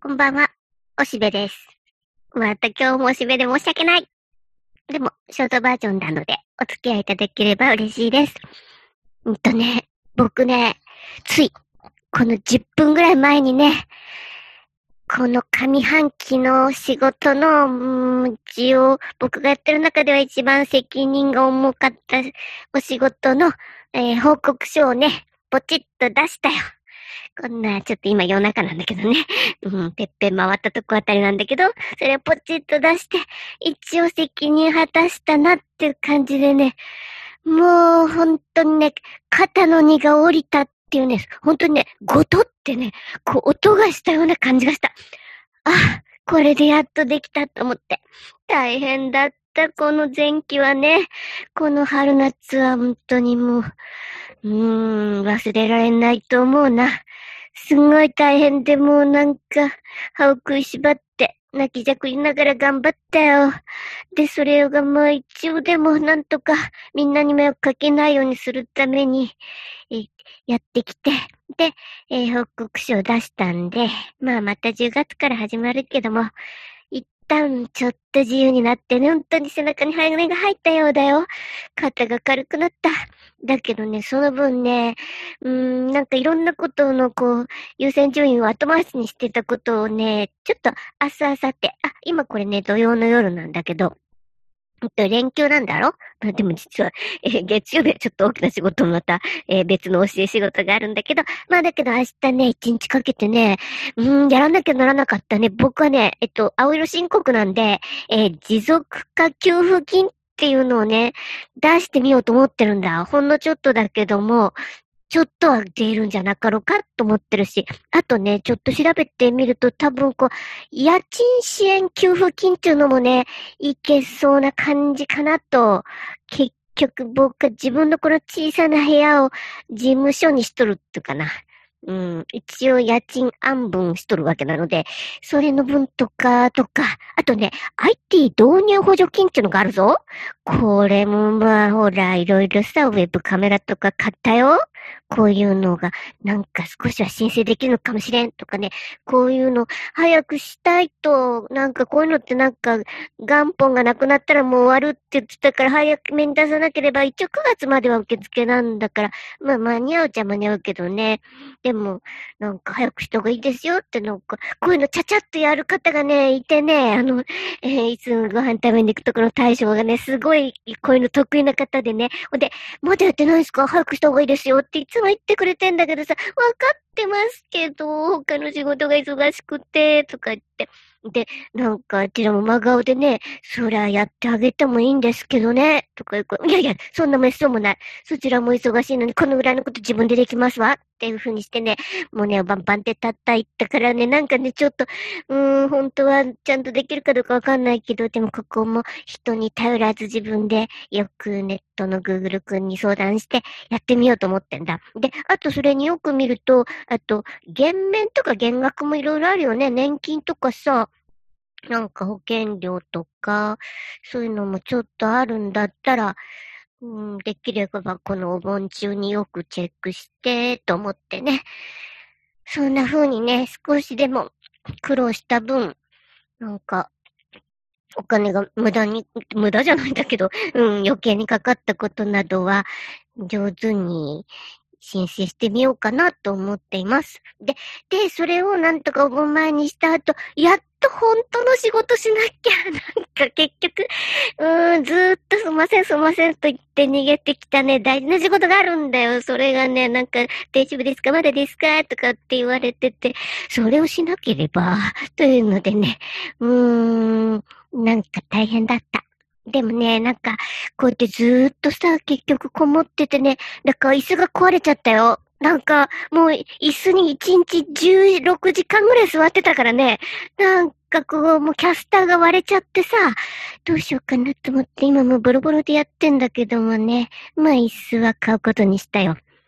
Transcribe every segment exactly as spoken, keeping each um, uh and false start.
こんばんは、おしべです。また今日もおしべで申し訳ない。でも、ショートバージョンなので、お付き合いいただければ嬉しいです。うんとね、僕ね、つい、このじゅっぷんぐらい前にね、この上半期の仕事の、うーん、一応、僕がやってる中では一番責任が重かったお仕事の、えー、報告書をね、ポチッと出したよ。こんな、ちょっと今夜中なんだけどね。うん、てっぺん回ったとこあたりなんだけど、それをポチッと出して、一応責任果たしたなっていう感じでね、もう本当にね、肩の荷が下りたっていうね、本当にね、ごとってね、こう音がしたような感じがした。あ、これでやっとできたと思って。大変だった、この前期はね。この春夏は本当にもう、うーん、忘れられないと思うな。すごい大変でもうなんか、歯を食いしばって、泣きじゃくりながら頑張ったよ。で、それがまあ一応でもなんとかみんなに迷惑かけないようにするために、えやってきて、で、えー報告書を出したんで、まあまたじゅうがつから始まるけども、一旦ちょっと自由になってね、本当に背中に羽が入ったようだよ。肩が軽くなった。だけどね、その分ね、うーん、なんかいろんなことのこう、優先順位を後回しにしてたことをね、ちょっと明日、明後日、あ、今これね、土曜の夜なんだけど、ほんと連休なんだろまあでも実は、えー月曜日はちょっと大きな仕事もまた、えー別の教え仕事があるんだけど、まあだけど明日ね、一日かけてね、うーん、やらなきゃならなかったね。僕はね、えっと、青色申告なんで、えー持続化給付金っていうのをね、出してみようと思ってるんだ。ほんのちょっとだけども、ちょっとは出るんじゃなかろうかと思ってるし、あとね、ちょっと調べてみると多分こう、家賃支援給付金っていうのもね、いけそうな感じかなと、結局僕が自分のこの小さな部屋を事務所にしとるっていうかな。うん、一応家賃安分しとるわけなので、それの分とか、とか、あとね、アイティー 導入補助金っていうのがあるぞ。これもまあ、ほら、いろいろさ、ウェブカメラとか買ったよ。こういうのが、なんか少しは申請できるのかもしれんとかね、こういうの早くしたいと、なんかこういうのってなんか元本がなくなったらもう終わるって言ってたから早くめに出さなければ一応くがつまでは受付なんだから、まあ間に合うっちゃ間に合うけどね。でも、なんか早くした方がいいですよってなんか、こういうのちゃちゃっとやる方がね、いてね、あの、えーいつもご飯食べに行くところの大将がね、すごいこういうの得意な方でね、ほんで、まだやってないですか早くした方がいいですよっていつも言ってくれてんだけどさ、わかってますけど、他の仕事が忙しくて、とか言って。で、なんか、あちらも真顔でね、そりゃやってあげてもいいんですけどね、とか言うから、いやいや、そんなめっそうもない。そちらも忙しいのに、このぐらいのこと自分でできますわ、っていう風にしてね、もうね、バンバンってたった言ったからね、なんかね、ちょっと、うーん、本当はちゃんとできるかどうかわかんないけど、でもここも人に頼らず自分でよくネットの Google 君に相談してやってみようと思ってんだ。で、あとそれによく見ると、あと、減免とか減額もいろいろあるよね。年金とかさ、なんか保険料とか、そういうのもちょっとあるんだったら、うん、できればこのお盆中によくチェックして、と思ってね。そんな風にね、少しでも苦労した分、なんか、お金が無駄に、無駄じゃないんだけど、うん、余計にかかったことなどは、上手に申請してみようかなと思っています。で、で、それをなんとかお盆前にした後、やっと本当の仕事しなきゃ、なんか結局、うーん、ずーっとすんませんすんませんと言って逃げてきたね、大事な仕事があるんだよ。それがね、なんか、大丈夫ですかまだですかとかって言われてて、それをしなければ、というのでね、うーん、なんか大変だった。でもね、なんか、こうやってずーっとさ、結局こもっててね、だから椅子が壊れちゃったよ。なんか、もう椅子にいちにちじゅうろくじかんぐらい座ってたからね、なんかこう、もうキャスターが割れちゃってさ、どうしようかなと思って今もうボロボロでやってんだけどもね、まあ椅子は買うことにしたよ。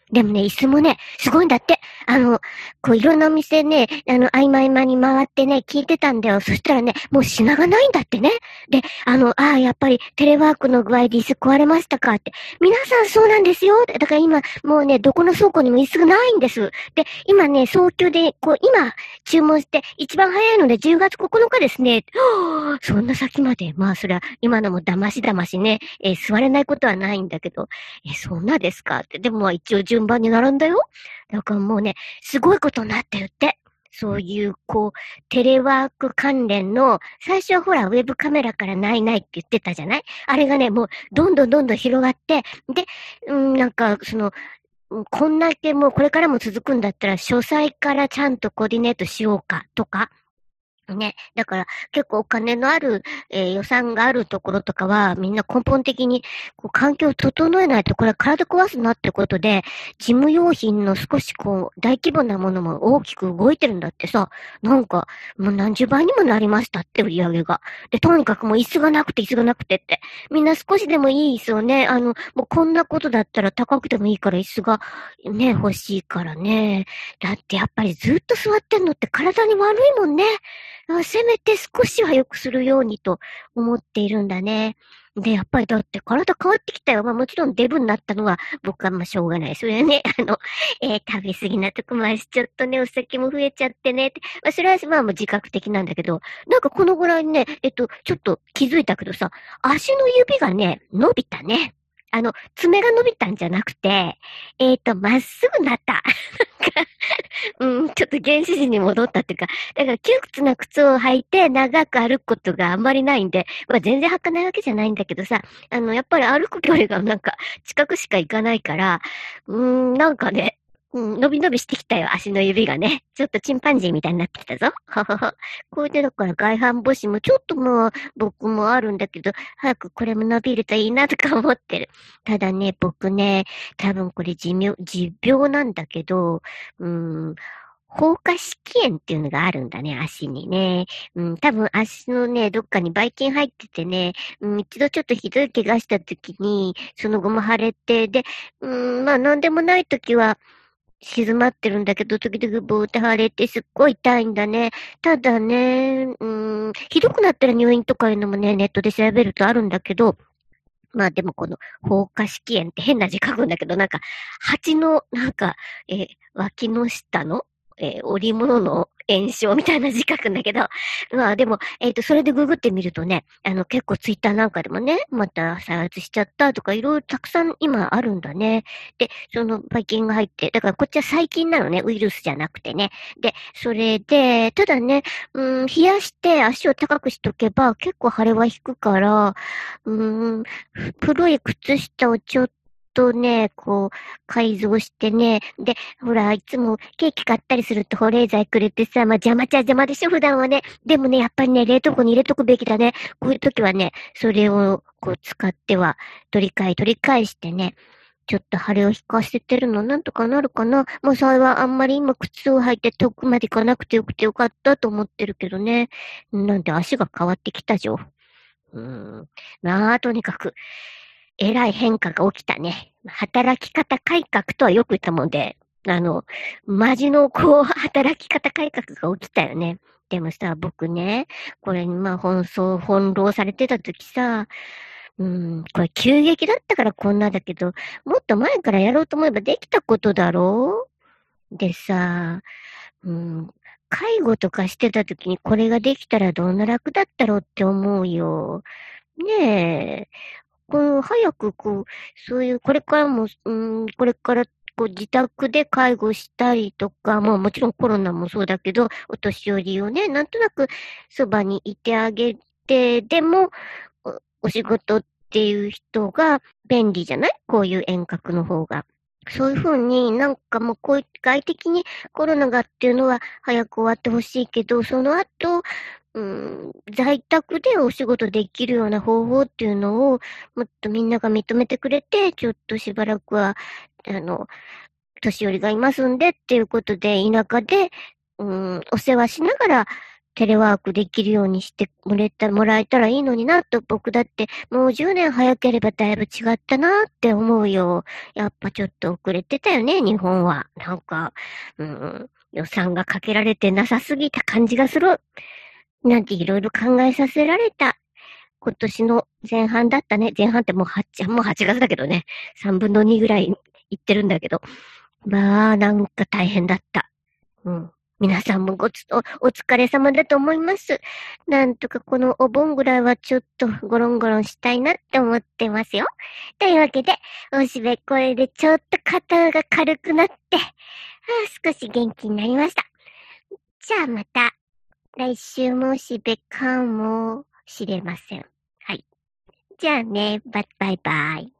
でもね、椅子もね、すごいんだって。あの、こういろんなお店ね、あの、合間合間に回ってね、聞いてたんだよ。そしたらね、もう品がないんだってね。で、あの、ああ、やっぱりテレワークの具合で椅子壊れましたかって。皆さんそうなんですよ。だから今、もうね、どこの倉庫にも椅子がないんです。で、今ね、早急で、こう、今、注文して、一番早いのでじゅうがつここのかですね。はぁそんな先まで。まあ、それは、今のも騙し騙しね、えー座れないことはないんだけど、え、そんなですかって。でもまあ一応順番に並んだよ。だからもうね、すごいことになってるって。そういう、こう、テレワーク関連の、最初はほら、ウェブカメラからないないって言ってたじゃないあれがね、もう、どんどんどんどん広がって、で、うん、なんか、その、うんこんだけもうこれからも続くんだったら、書斎からちゃんとコーディネートしようか、とか、ね。だから結構お金のある、えー予算があるところとかはみんな根本的にこう環境を整えないとこれは体壊すなってことで事務用品の少しこう大規模なものも大きく動いてるんだってさ。なんかもう何十倍にもなりましたって売り上げが。で、とにかくもう椅子がなくて椅子がなくてって。みんな少しでもいい椅子をね、あの、もうこんなことだったら高くてもいいから椅子がね、欲しいからね。だってやっぱりずっと座ってんのって体に悪いもんね。あせめて少しは良くするようにと思っているんだね。で、やっぱりだって体変わってきたよ。まあもちろんデブになったのは僕はまあしょうがない。それはね、あの、えー食べ過ぎなとこもあるし、ちょっとね、お酒も増えちゃってねって。まあそれはまあもう自覚的なんだけど、なんかこのぐらいね、えっと、ちょっと気づいたけどさ、足の指がね、伸びたね。あの、爪が伸びたんじゃなくて、えっと、まっすぐなった。うん、ちょっと原始人に戻ったっていうか、だから窮屈な靴を履いて長く歩くことがあんまりないんで、まあ全然履かないわけじゃないんだけどさ、あの、やっぱり歩く距離がなんか近くしか行かないから、うーん、なんかね、うん、伸び伸びしてきたよ、足の指がね。ちょっとチンパンジーみたいになってきたぞ。ははは。これでだから外反母趾もちょっともう僕もあるんだけど、早くこれも伸びるといいなとか思ってる。ただね、僕ね、多分これ持病、持病なんだけど、うーん、放火試験っていうのがあるんだね、足にね。うん、多分足のね、どっかにばい菌入っててね、うん、一度ちょっとひどい怪我した時に、その後も腫れて、で、うん、まあなんでもない時は静まってるんだけど、時々ボーって腫れてすっごい痛いんだね。ただね、うん、ひどくなったら入院とかいうのもね、ネットで調べるとあるんだけど、まあでもこの放火試験って変な字書くんだけど、なんか、蜂の、なんか、えー脇の下の、えー織物の炎症みたいな字書くんだけど、まあでも、えっと、それでググってみるとね、あの、結構ツイッターなんかでもね、また再発しちゃったとかいろいろたくさん今あるんだね。で、そのばい菌が入って、だからこっちは細菌なのね、ウイルスじゃなくてね。で、それで、ただね、うん、冷やして足を高くしとけば結構腫れは引くから、うん、黒い靴下をちょっとね、こう、改造してね。で、ほら、いつもケーキ買ったりすると保冷剤くれてさ、まあ邪魔っちゃ邪魔でしょ、普段はね。でもね、やっぱりね、冷凍庫に入れとくべきだね。こういう時はね、それをこう使っては、取り替え、取り返してね、ちょっと腫れを引かせてるのなんとかなるかな。もうそれはあんまり今靴を履いて遠くまで行かなくてよくてよかったと思ってるけどね。なんで足が変わってきたじゃん。うーん。まあ、とにかく、えらい変化が起きたね。働き方改革とはよく言ったもんで、あの、マジのこう、働き方改革が起きたよね。でもさ、僕ね、これにまあ、奔走、翻弄されてた時さ、うん、これ急激だったからこんなだけど、もっと前からやろうと思えばできたことだろうでさ、うん、介護とかしてた時にこれができたらどんな楽だったろうって思うよ。ねえ。こう、早くこう、そういう、これからも、うん、これからこう自宅で介護したりとか、まあもちろんコロナもそうだけど、お年寄りをね、なんとなくそばにいてあげて、でも、お、お仕事っていう人が便利じゃないこういう遠隔の方が。そういうふうになんかもうこういう外的にコロナがっていうのは早く終わってほしいけど、その後、うん、在宅でお仕事できるような方法っていうのをもっとみんなが認めてくれて、ちょっとしばらくは、あの、年寄りがいますんでっていうことで、田舎で、うん、お世話しながらテレワークできるようにしてもらえた、もらえたらいいのになと、僕だってもうじゅうねん早ければだいぶ違ったなって思うよ。やっぱちょっと遅れてたよね、日本は。なんか、うん、予算がかけられてなさすぎた感じがする。なんていろいろ考えさせられた今年の前半だったね。前半ってもうはち、もうはちがつだけどね。さんぶんのにぐらいいってるんだけど。まあ、なんか大変だった。うん。皆さんもごつ、お、お疲れ様だと思います。なんとかこのお盆ぐらいはちょっとゴロンゴロンしたいなって思ってますよ。というわけで、おしべこれでちょっと肩が軽くなって、はあ、少し元気になりました。じゃあまた、来週もおしべかもしれません。はい。じゃあね、バイバイバイ。